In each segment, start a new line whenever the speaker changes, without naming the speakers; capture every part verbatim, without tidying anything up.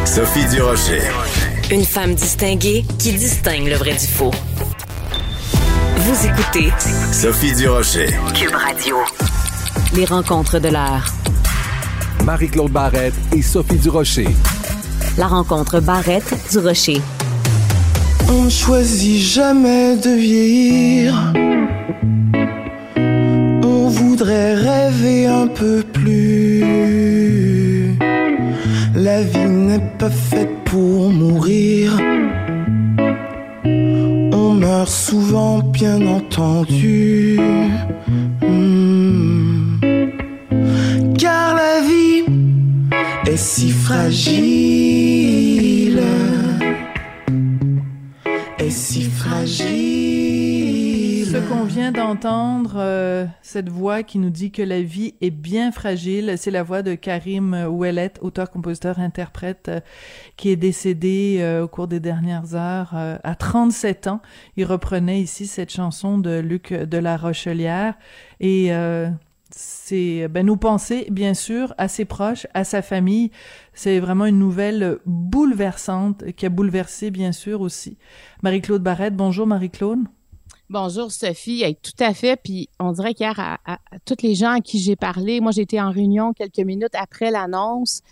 Sophie Durocher.
Une femme distinguée qui distingue le vrai du faux. Vous écoutez
Sophie Durocher.
Cube Radio. Les rencontres de l'heure.
Marie-Claude Barrette et Sophie Durocher.
La rencontre Barrette-Durocher.
On ne choisit jamais de vieillir. On voudrait rêver un peu plus. La vie n'est pas faite pour mourir. On meurt souvent, bien entendu. Mmh. Car la vie est si fragile. Est si fragile.
Ce qu'on vient d'entendre, euh, cette voix qui nous dit que la vie est bien fragile, c'est la voix de Karim Ouellet, auteur, compositeur, interprète, euh, qui est décédé euh, au cours des dernières heures euh, à trente-sept ans. Il reprenait ici cette chanson de Luc de la Rochelière et euh, c'est ben, nos pensées, bien sûr, à ses proches, à sa famille. C'est vraiment une nouvelle bouleversante qui a bouleversé, bien sûr, aussi Marie-Claude Barrette. Bonjour, Marie-Claude.
Bonjour Sophie, hey, tout à fait. Puis on dirait qu'hier, à, à, à tous les gens à qui j'ai parlé, moi j'étais en réunion quelques minutes après l'annonce.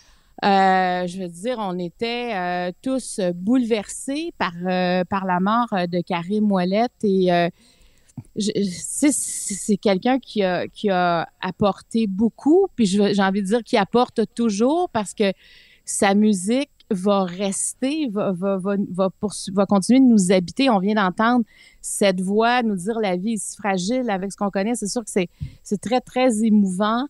Euh, je veux dire, on était euh, tous bouleversés par euh, par la mort de Karim Ouellet et euh, je, c'est, c'est quelqu'un qui a qui a apporté beaucoup. Puis je, j'ai envie de dire qu'il apporte toujours parce que sa musique va rester, va, va, va, va, poursu- va continuer de nous habiter. On vient d'entendre cette voix nous dire la vie est si fragile avec ce qu'on connaît. C'est sûr que c'est, c'est très, très émouvant.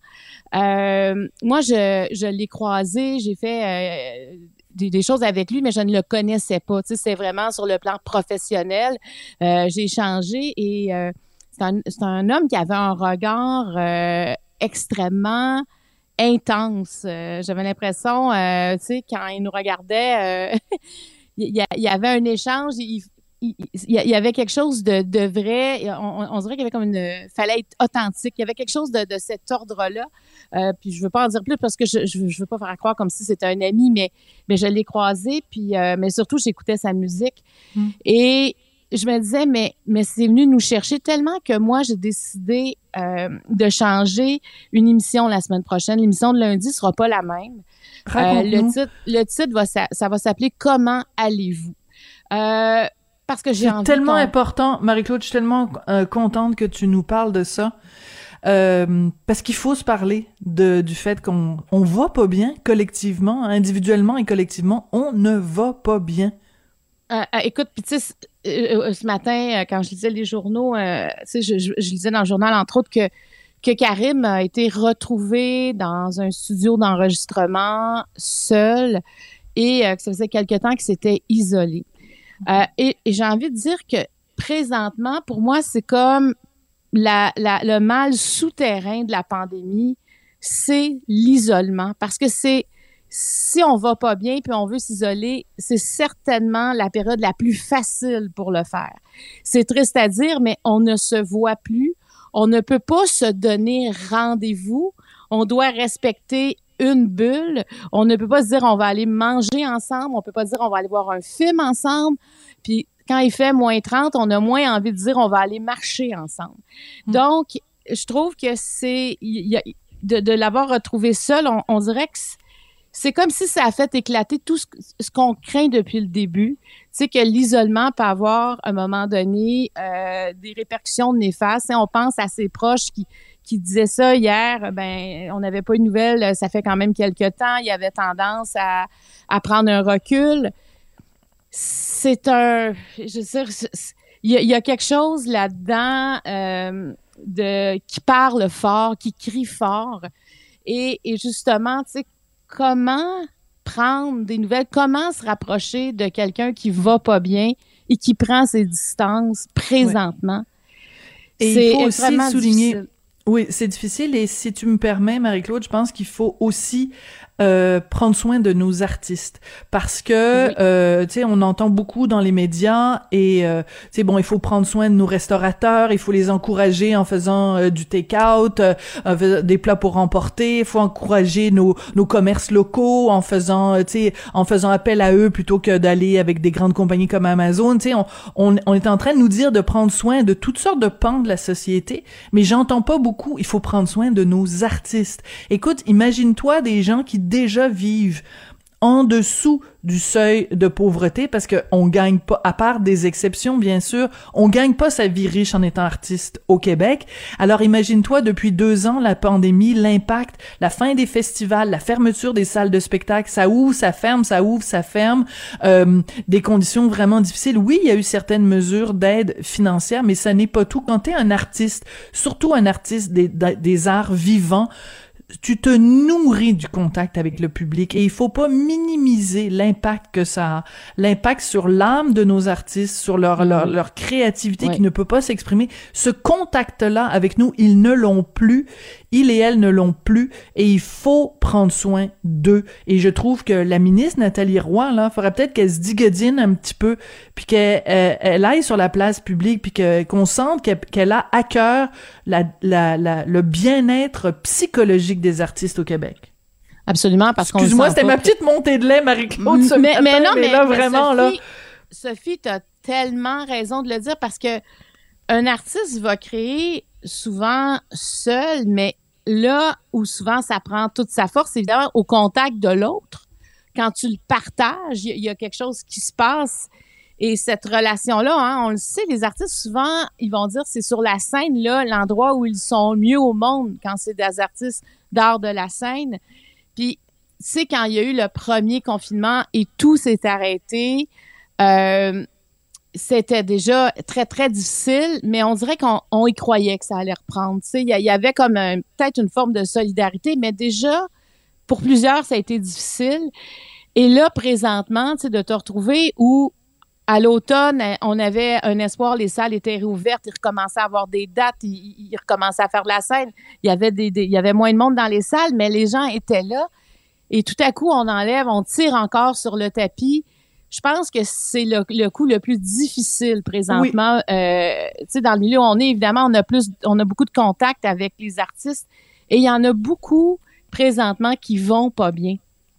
Euh, moi, je, je l'ai croisé, j'ai fait euh, des, des choses avec lui, mais je ne le connaissais pas. Tu sais, c'est vraiment sur le plan professionnel. Euh, j'ai échangé et euh, c'est, un, c'est un homme qui avait un regard euh, extrêmement intense. Euh, j'avais l'impression, euh, tu sais, quand il nous regardait, euh, il, y a, il y avait un échange, il, il, il y avait quelque chose de, de vrai, on, on dirait qu'il y avait comme une... fallait être authentique, il y avait quelque chose de, de cet ordre-là, euh, puis je veux pas en dire plus parce que je, je, je veux pas faire croire comme si c'était un ami, mais, mais je l'ai croisé, puis, euh, mais surtout, j'écoutais sa musique, mm. et je me disais, mais, mais c'est venu nous chercher tellement que moi, j'ai décidé euh, de changer une émission la semaine prochaine. L'émission de lundi sera pas la même. Euh, le titre, le titre va, ça, ça va s'appeler « Comment allez-vous ». Euh, parce que j'ai
c'est
envie
tellement
qu'on...
important, Marie-Claude, je suis tellement euh, contente que tu nous parles de ça. Euh, parce qu'il faut se parler de, du fait qu'on on va pas bien collectivement, individuellement et collectivement, on ne va pas bien.
Euh, euh, écoute, puis tu sais, euh, ce matin, euh, quand je lisais les journaux, euh, tu sais, je, je, je lisais dans le journal, entre autres, que, que Karim a été retrouvé dans un studio d'enregistrement seul et euh, que ça faisait quelque temps qu'il s'était isolé. Euh, et, et j'ai envie de dire que présentement, pour moi, c'est comme la, la, le mal souterrain de la pandémie, c'est l'isolement. Parce que c'est si on va pas bien puis on veut s'isoler, c'est certainement la période la plus facile pour le faire. C'est triste à dire, mais on ne se voit plus. On ne peut pas se donner rendez-vous. On doit respecter une bulle. On ne peut pas se dire on va aller manger ensemble. On peut pas dire on va aller voir un film ensemble. Puis quand il fait moins trente, on a moins envie de dire on va aller marcher ensemble. Mmh. Donc, je trouve que c'est y a, de, de l'avoir retrouvé seul, on, on dirait que c'est comme si ça a fait éclater tout ce, ce qu'on craint depuis le début. Tu sais, que l'isolement peut avoir, à un moment donné, euh, des répercussions néfastes. On pense à ses proches qui, qui disaient ça hier. Ben, on n'avait pas eu de nouvelles. Ça fait quand même quelque temps. Il y avait tendance à, à prendre un recul. C'est un... Je veux dire, il y a, il y a quelque chose là-dedans euh, de qui parle fort, qui crie fort. Et, et justement, tu sais, comment prendre des nouvelles, comment se rapprocher de quelqu'un qui va pas bien et qui prend ses distances présentement.
Ouais. Et
c'est
il faut aussi souligner,
difficile.
Oui, c'est difficile et si tu me permets, Marie-Claude, je pense qu'il faut aussi euh, prendre soin de nos artistes parce que, oui. euh, tu sais, on entend beaucoup dans les médias et, euh, tu sais, bon, il faut prendre soin de nos restaurateurs, il faut les encourager en faisant euh, du take-out, euh, des plats pour emporter, il faut encourager nos nos commerces locaux en faisant, euh, tu sais, en faisant appel à eux plutôt que d'aller avec des grandes compagnies comme Amazon, tu sais, on, on, on est en train de nous dire de prendre soin de toutes sortes de pans de la société, mais j'entends pas beaucoup, il faut prendre soin de nos artistes. Écoute, imagine-toi des gens qui déjà vivent en dessous du seuil de pauvreté parce que on gagne pas, à part des exceptions bien sûr, on gagne pas sa vie riche en étant artiste au Québec. Alors imagine-toi depuis deux ans la pandémie, l'impact, la fin des festivals, la fermeture des salles de spectacle, ça ouvre, ça ferme, ça ouvre, ça ferme, euh, des conditions vraiment difficiles. Oui, il y a eu certaines mesures d'aide financière, mais ça n'est pas tout. Quand t'es un artiste, surtout un artiste des, des arts vivants, tu te nourris du contact avec le public et il faut pas minimiser l'impact que ça a, l'impact sur l'âme de nos artistes, sur leur leur, leur créativité ouais. qui ne peut pas s'exprimer. Ce contact-là avec nous, ils ne l'ont plus, ils et elles ne l'ont plus et il faut prendre soin d'eux. Et je trouve que la ministre Nathalie Roy, là, faudrait peut-être qu'elle se digodine un petit peu puis qu'elle elle, elle aille sur la place publique puis que, qu'on sente qu'elle, qu'elle a à cœur la, la, la, le bien-être psychologique des artistes au Québec.
Absolument, parce qu'on
Excuse-moi, c'était ma petite montée de lait, Marie-Claude, ce
mais,
matin,
mais non,
mais,
mais
là,
mais
vraiment,
Sophie,
là...
Sophie, t'as tellement raison de le dire, parce que un artiste va créer souvent seul, mais là où souvent ça prend toute sa force, évidemment, au contact de l'autre. Quand tu le partages, il y, y a quelque chose qui se passe. Et cette relation-là, hein, on le sait, les artistes, souvent, ils vont dire c'est sur la scène, là, l'endroit où ils sont mieux au monde quand c'est des artistes d'art de la scène. Puis, tu sais, quand il y a eu le premier confinement et tout s'est arrêté, euh, c'était déjà très, très difficile, mais on dirait qu'on on y croyait que ça allait reprendre. Tu sais, il y, y avait comme un, peut-être une forme de solidarité, mais déjà, pour plusieurs, ça a été difficile. Et là, présentement, tu sais, de te retrouver où à l'automne, on avait un espoir, les salles étaient réouvertes, ils recommençaient à avoir des dates, ils, ils recommençaient à faire de la scène. Il y avait des, des, il y avait moins de monde dans les salles, mais les gens étaient là. Et tout à coup, on enlève, on tire encore sur le tapis. Je pense que c'est le, le coup le plus difficile présentement. Oui. Euh, tu sais, dans le milieu où on est, évidemment, on a plus, on a beaucoup de contacts avec les artistes et il y en a beaucoup présentement qui vont pas bien.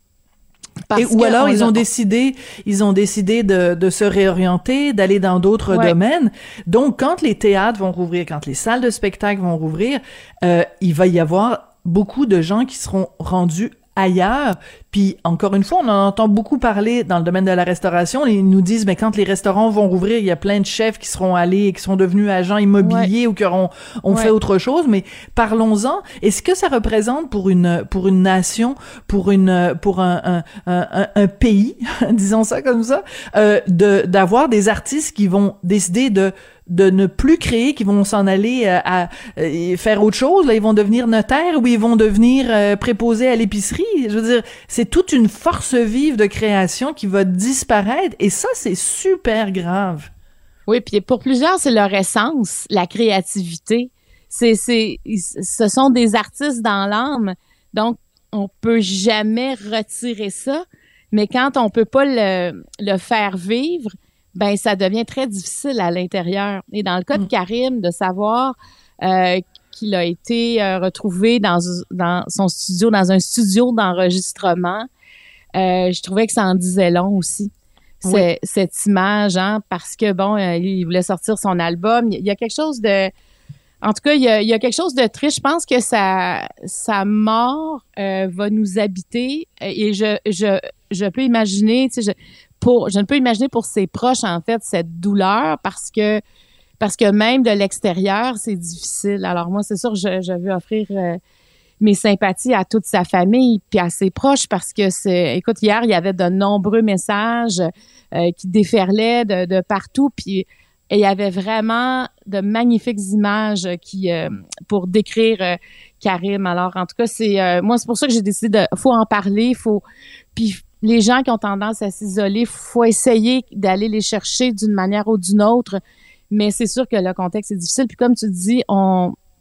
Et, ou alors ils ont décidé, ils ont décidé de, de se réorienter, d'aller dans d'autres ouais. domaines. Donc, quand les théâtres vont rouvrir, quand les salles de spectacle vont rouvrir, euh, il va y avoir beaucoup de gens qui seront rendus ailleurs. Puis, encore une fois, on en entend beaucoup parler dans le domaine de la restauration. Ils nous disent, mais quand les restaurants vont rouvrir, il y a plein de chefs qui seront allés et qui sont devenus agents immobiliers ouais. ou qui auront ont ouais. fait autre chose. Mais parlons-en. Est-ce que ça représente pour une pour une nation, pour une pour un un un, un pays, disons ça comme ça, euh, de d'avoir des artistes qui vont décider de de ne plus créer, qui vont s'en aller euh, à, à faire autre chose, là, ils vont devenir notaires ou ils vont devenir euh, préposés à l'épicerie. Je veux dire, c'est toute une force vive de création qui va disparaître et ça, c'est super grave.
Oui, puis pour plusieurs, c'est leur essence, la créativité. C'est, c'est, ce sont des artistes dans l'âme, donc on peut jamais retirer ça, mais quand on peut pas le, le faire vivre, ben ça devient très difficile à l'intérieur. Et dans le cas de Karim, de savoir euh, qu'il a été euh, retrouvé dans dans son studio, dans un studio d'enregistrement, euh, je trouvais que ça en disait long aussi. Oui. C'est, cette image, hein, parce que bon, euh, il voulait sortir son album. Il y a quelque chose de, en tout cas, il y a, il y a quelque chose de triste. Je pense que sa sa mort euh, va nous habiter et je je je peux imaginer, tu sais, je Pour, je ne peux imaginer pour ses proches, en fait, cette douleur parce que parce que même de l'extérieur, c'est difficile. Alors moi, c'est sûr, je, je veux offrir euh, mes sympathies à toute sa famille puis à ses proches parce que c'est... Écoute, hier, il y avait de nombreux messages euh, qui déferlaient de, de partout puis et il y avait vraiment de magnifiques images qui euh, pour décrire euh, Karim. Alors, en tout cas, c'est... Euh, moi, c'est pour ça que j'ai décidé de... faut en parler, faut... Puis les gens qui ont tendance à s'isoler, faut essayer d'aller les chercher d'une manière ou d'une autre, mais c'est sûr que le contexte est difficile. Puis comme tu dis, on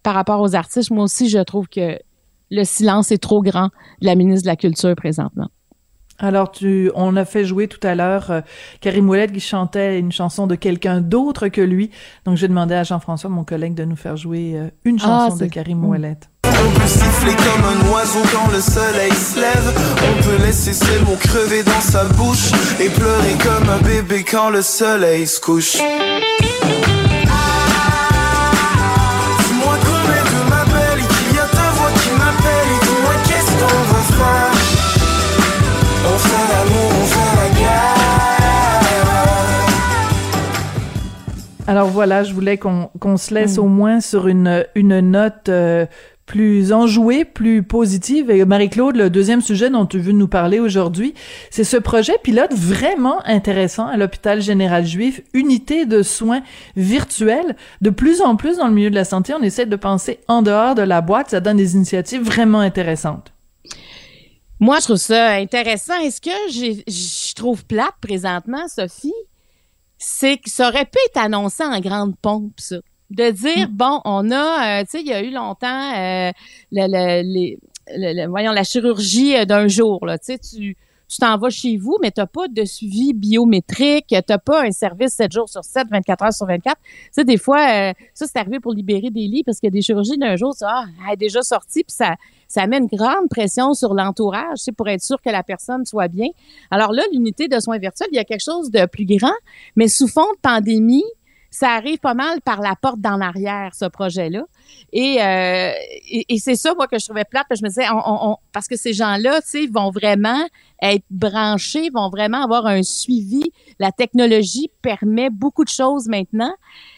par rapport aux artistes, moi aussi, je trouve que le silence est trop grand de la ministre de la Culture présentement.
Alors, tu, on a fait jouer tout à l'heure euh, Karim Ouellet qui chantait une chanson de quelqu'un d'autre que lui. Donc, j'ai demandé à Jean-François, mon collègue, de nous faire jouer euh, une chanson ah, de Karim Ouellet.
On peut siffler comme un oiseau quand le soleil se lève. On peut laisser ses mots crever dans sa bouche et pleurer comme un bébé quand le soleil se couche.
Alors voilà, je voulais qu'on qu'on se laisse mmh. au moins sur une une note euh, plus enjouée, plus positive. Et Marie-Claude, le deuxième sujet dont tu veux nous parler aujourd'hui, c'est ce projet pilote vraiment intéressant à l'hôpital général juif, unité de soins virtuels. De plus en plus dans le milieu de la santé, on essaie de penser en dehors de la boîte. Ça donne des initiatives vraiment intéressantes.
Moi, je trouve ça intéressant. Est-ce que j'ai, je trouve plate présentement, Sophie? C'est que ça aurait pu être annoncé en grande pompe, ça. De dire, mmh. bon, on a, euh, tu sais, il y a eu longtemps, euh, le, le, les, le, le, voyons, la chirurgie d'un jour, là, tu sais, tu tu t'en vas chez vous, mais t'as pas de suivi biométrique, t'as pas un service sept jours sur sept, vingt-quatre heures sur vingt-quatre. Tu sais, des fois, euh, ça, c'est arrivé pour libérer des lits, parce qu'il y a des chirurgies d'un jour, ça, ah, elle est déjà sortie, puis ça, ça met une grande pression sur l'entourage, tu sais, pour être sûr que la personne soit bien. Alors là, l'unité de soins virtuels, il y a quelque chose de plus grand, mais sous fond de pandémie, ça arrive pas mal par la porte d'en arrière, ce projet-là. Et, euh, et, et c'est ça, moi, que je trouvais plate. Parce que je me disais, on, on, on, parce que ces gens-là, tu sais, vont vraiment être branchés, vont vraiment avoir un suivi. La technologie permet beaucoup de choses maintenant.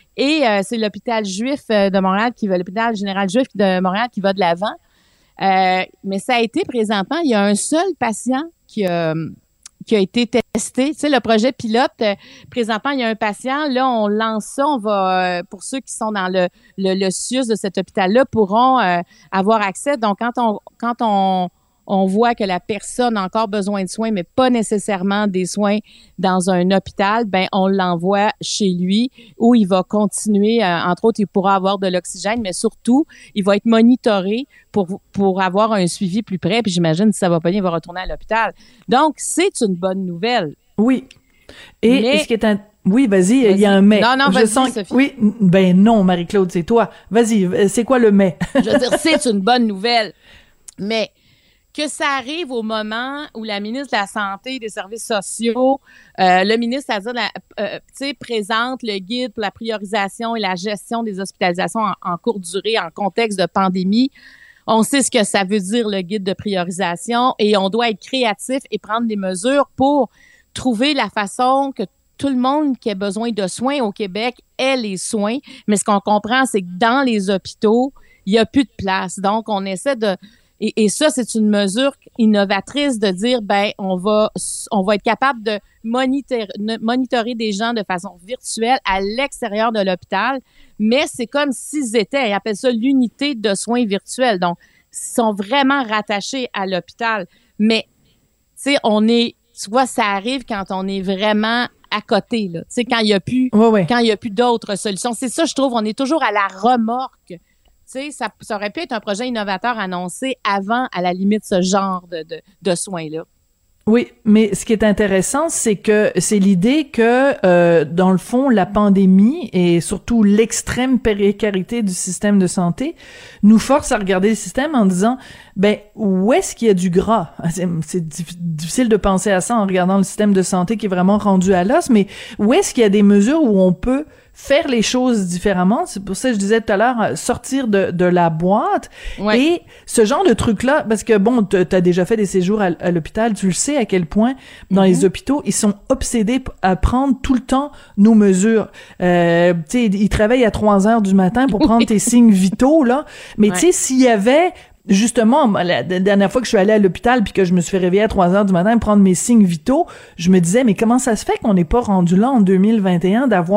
Et euh, c'est l'hôpital juif de Montréal qui va, l'hôpital général juif de Montréal qui va de l'avant. Euh, mais ça a été présentement, il y a un seul patient qui a... qui a été testé. Tu sais, le projet pilote, euh, présentement, il y a un patient, là, on lance ça, on va, euh, pour ceux qui sont dans le, le, le C I U S de cet hôpital-là, pourront euh, avoir accès. Donc, quand on, quand on, on voit que la personne a encore besoin de soins, mais pas nécessairement des soins dans un hôpital, ben on l'envoie chez lui où il va continuer, euh, entre autres, il pourra avoir de l'oxygène, mais surtout, il va être monitoré pour pour avoir un suivi plus près, puis j'imagine si ça va pas bien, il va retourner à l'hôpital. Donc, c'est une bonne nouvelle.
Oui. Et, mais... et ce qui est un... Oui, vas-y, il y a un mais.
Non, non,
je
vas-y,
sens...
Sophie.
Oui, ben non, Marie-Claude, c'est toi. Vas-y, c'est quoi le mais?
Je veux dire, c'est une bonne nouvelle, mais... que ça arrive au moment où la ministre de la Santé et des Services sociaux, euh, le ministre, c'est-à-dire, la, euh, tu sais, présente le guide pour la priorisation et la gestion des hospitalisations en, en courte durée en contexte de pandémie. On sait ce que ça veut dire, le guide de priorisation, et on doit être créatif et prendre des mesures pour trouver la façon que tout le monde qui a besoin de soins au Québec ait les soins. Mais ce qu'on comprend, c'est que dans les hôpitaux, il n'y a plus de place. Donc, on essaie de... Et, et ça, c'est une mesure innovatrice de dire, ben, on va, on va être capable de monitorer, monitorer des gens de façon virtuelle à l'extérieur de l'hôpital, mais c'est comme s'ils étaient, ils appellent ça l'unité de soins virtuels. Donc, ils sont vraiment rattachés à l'hôpital. Mais, tu sais, on est, tu vois, ça arrive quand on est vraiment à côté, là. Tu sais, quand il y a plus,
ouais, ouais.
quand il y a plus d'autres solutions. C'est ça, je trouve, on est toujours à la remorque. Tu sais, ça, ça aurait pu être un projet innovateur annoncé avant, à la limite, ce genre de, de, de soins-là.
Oui, mais ce qui est intéressant, c'est que c'est l'idée que, euh, dans le fond, la pandémie et surtout l'extrême précarité du système de santé nous force à regarder le système en disant, ben, où est-ce qu'il y a du gras? C'est, c'est difficile de penser à ça en regardant le système de santé qui est vraiment rendu à l'os, mais où est-ce qu'il y a des mesures où on peut faire les choses différemment? C'est pour ça que je disais tout à l'heure, sortir de, de la boîte. Ouais. Et ce genre de truc-là, parce que bon, t'as déjà fait des séjours à, à l'hôpital, tu le sais à quel point dans mm-hmm. les hôpitaux, ils sont obsédés à prendre tout le temps nos mesures. Euh, tu sais, ils travaillent à trois heures du matin pour prendre tes signes vitaux, là. Mais ouais. tu sais, s'il y avait... Justement, la dernière fois que je suis allée à l'hôpital puis que je me suis fait réveiller à trois heures du matin pour prendre mes signes vitaux, je me disais, mais comment ça se fait qu'on n'est pas rendu là en deux mille vingt et un d'avoir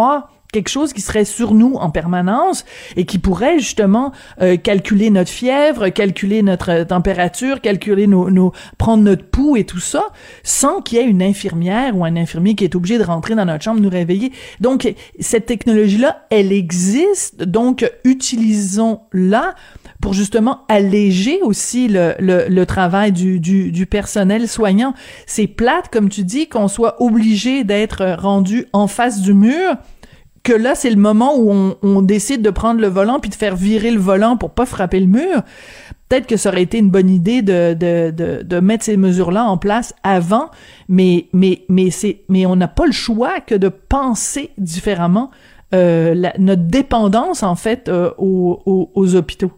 quelque chose qui serait sur nous en permanence et qui pourrait justement euh, calculer notre fièvre, calculer notre température, calculer nos, nos prendre notre pouls et tout ça, sans qu'il y ait une infirmière ou un infirmier qui est obligé de rentrer dans notre chambre nous réveiller. Donc cette technologie-là, elle existe, donc utilisons-la pour justement alléger aussi le, le, le travail du, du, du personnel soignant. C'est plate, comme tu dis, qu'on soit obligé d'être rendu en face du mur, que là, c'est le moment où on, on décide de prendre le volant puis de faire virer le volant pour pas frapper le mur. Peut-être que ça aurait été une bonne idée de, de, de, de mettre ces mesures-là en place avant, mais, mais, mais c'est, mais on n'a pas le choix que de penser différemment, euh, la, notre dépendance, en fait, euh, aux, aux, aux hôpitaux.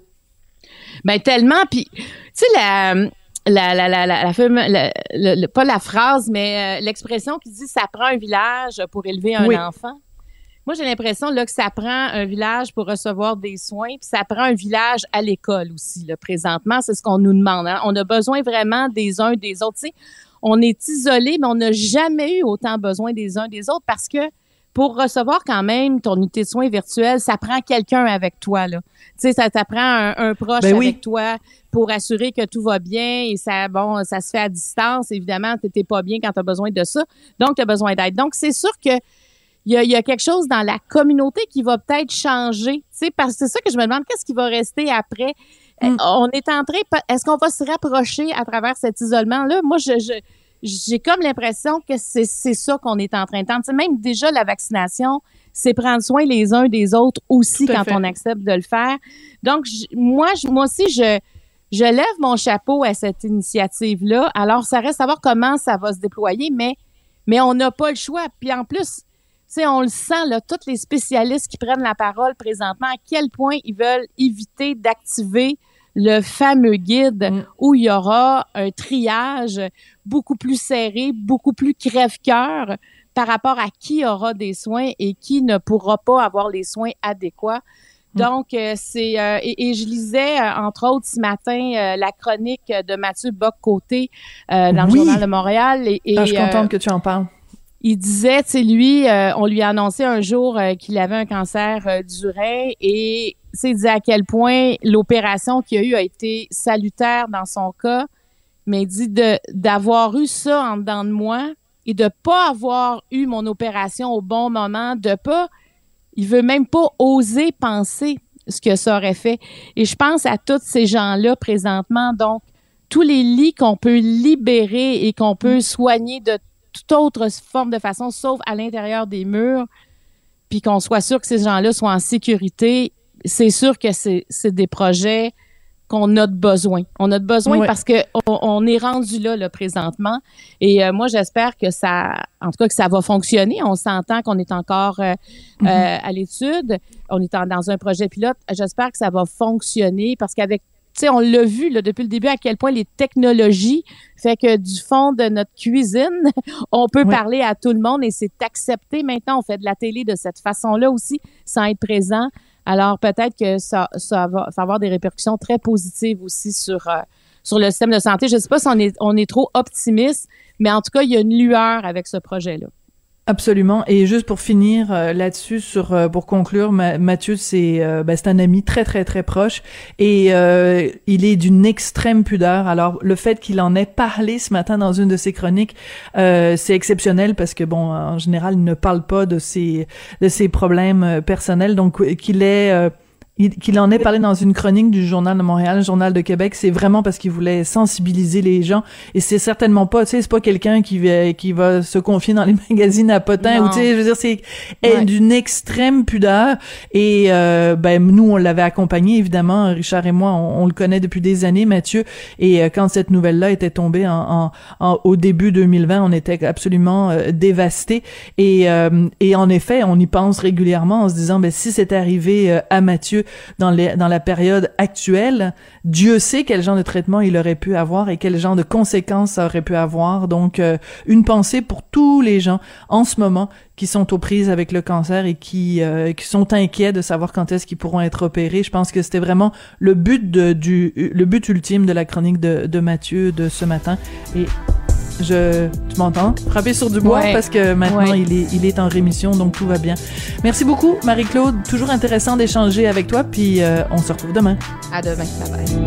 Ben, tellement, puis, tu sais, la, la, la, la, la, la, la, la, la, pas la phrase, mais euh, l'expression qui dit « ça prend un village pour élever un oui. enfant ». Moi, j'ai l'impression là que ça prend un village pour recevoir des soins, puis ça prend un village à l'école aussi, là, présentement. C'est ce qu'on nous demande. Hein? On a besoin vraiment des uns des autres. Tu sais, on est isolés, mais on n'a jamais eu autant besoin des uns des autres parce que pour recevoir quand même ton unité de soins virtuelle, ça prend quelqu'un avec toi, là. Tu sais, ça t'apprend un, un proche ben oui. avec toi pour assurer que tout va bien et ça, bon, ça se fait à distance. Évidemment, t'étais pas bien quand t'as besoin de ça. Donc, t'as besoin d'aide. Donc, c'est sûr que Il y, a, il y a quelque chose dans la communauté qui va peut-être changer, tu sais, parce que c'est ça que je me demande, qu'est-ce qui va rester après? Mm. On est en train, est-ce qu'on va se rapprocher à travers cet isolement-là? Moi, je, je j'ai comme l'impression que c'est, c'est ça qu'on est en train de tenter. Même déjà, la vaccination, c'est prendre soin les uns des autres aussi quand fait. on accepte de le faire. Donc, je, moi, je, moi aussi, je, je lève mon chapeau à cette initiative-là. Alors, ça reste à voir comment ça va se déployer, mais, mais on n'a pas le choix. Puis en plus, tu sais, on le sent, là, tous les spécialistes qui prennent la parole présentement, à quel point ils veulent éviter d'activer le fameux guide mm. où il y aura un triage beaucoup plus serré, beaucoup plus crève-cœur par rapport à qui aura des soins et qui ne pourra pas avoir les soins adéquats. Mm. Donc, euh, c'est... Euh, et, et je lisais, euh, entre autres, ce matin, euh, la chronique de Mathieu Bock-Côté euh, dans oui. le Journal de Montréal. Et, et,
ah, je suis contente
euh,
que tu en parles.
Il disait, tu sais, lui, euh, on lui a annoncé un jour euh, qu'il avait un cancer euh, du rein et, tu sais, il disait à quel point l'opération qu'il a eue a été salutaire dans son cas, mais il dit de d'avoir eu ça en dedans de moi et de pas avoir eu mon opération au bon moment, de pas, il veut même pas oser penser ce que ça aurait fait. Et je pense à tous ces gens-là présentement, donc tous les lits qu'on peut libérer et qu'on peut soigner de toute autre forme de façon, sauf à l'intérieur des murs, puis qu'on soit sûr que ces gens-là soient en sécurité, c'est sûr que c'est, c'est des projets qu'on a de besoin. On a de besoin oui. parce que on, on est rendu là, là présentement. Et euh, moi, j'espère que ça, en tout cas, que ça va fonctionner. On s'entend qu'on est encore euh, mm-hmm. euh, à l'étude. On est en, dans un projet pilote. J'espère que ça va fonctionner parce qu'avec tu sais, on l'a vu là, depuis le début à quel point les technologies fait que du fond de notre cuisine, on peut oui. parler à tout le monde et c'est accepté maintenant. On fait de la télé de cette façon-là aussi, sans être présent. Alors peut-être que ça, ça, va, ça va avoir des répercussions très positives aussi sur, euh, sur le système de santé. Je ne sais pas si on est, on est trop optimiste, mais en tout cas, il y a une lueur avec ce projet-là.
Absolument. Et juste pour finir euh, là-dessus, sur euh, pour conclure, Ma- Mathieu, c'est euh, ben, c'est un ami très très très proche et euh, il est d'une extrême pudeur. Alors le fait qu'il en ait parlé ce matin dans une de ses chroniques, euh, c'est exceptionnel parce que bon, en général, il ne parle pas de ses de ses problèmes euh, personnels. Donc qu'il ait euh, qu'il en ait parlé dans une chronique du Journal de Montréal, le Journal de Québec, c'est vraiment parce qu'il voulait sensibiliser les gens et c'est certainement pas, tu sais, c'est pas quelqu'un qui va, qui va se confier dans les magazines à potins ou tu sais, je veux dire, c'est ouais. d'une extrême pudeur et euh, ben nous on l'avait accompagné évidemment, Richard et moi, on, on le connaît depuis des années, Mathieu, et euh, quand cette nouvelle-là était tombée en, en, en au début deux mille vingt, on était absolument euh, dévastés et euh, et en effet, on y pense régulièrement en se disant ben si c'était arrivé euh, à Mathieu dans les dans la période actuelle, Dieu sait quel genre de traitement il aurait pu avoir et quel genre de conséquences ça aurait pu avoir. Donc euh, une pensée pour tous les gens en ce moment qui sont aux prises avec le cancer et qui euh, qui sont inquiets de savoir quand est-ce qu'ils pourront être opérés. Je pense que c'était vraiment le but de, du le but ultime de la chronique de de Mathieu de ce matin et je, tu m'entends? Frapper sur du bois
ouais.
parce que maintenant,
ouais.
il est, il est en rémission, donc tout va bien. Merci beaucoup, Marie-Claude. Toujours intéressant d'échanger avec toi, puis euh, on se retrouve demain.
À demain. Bye bye.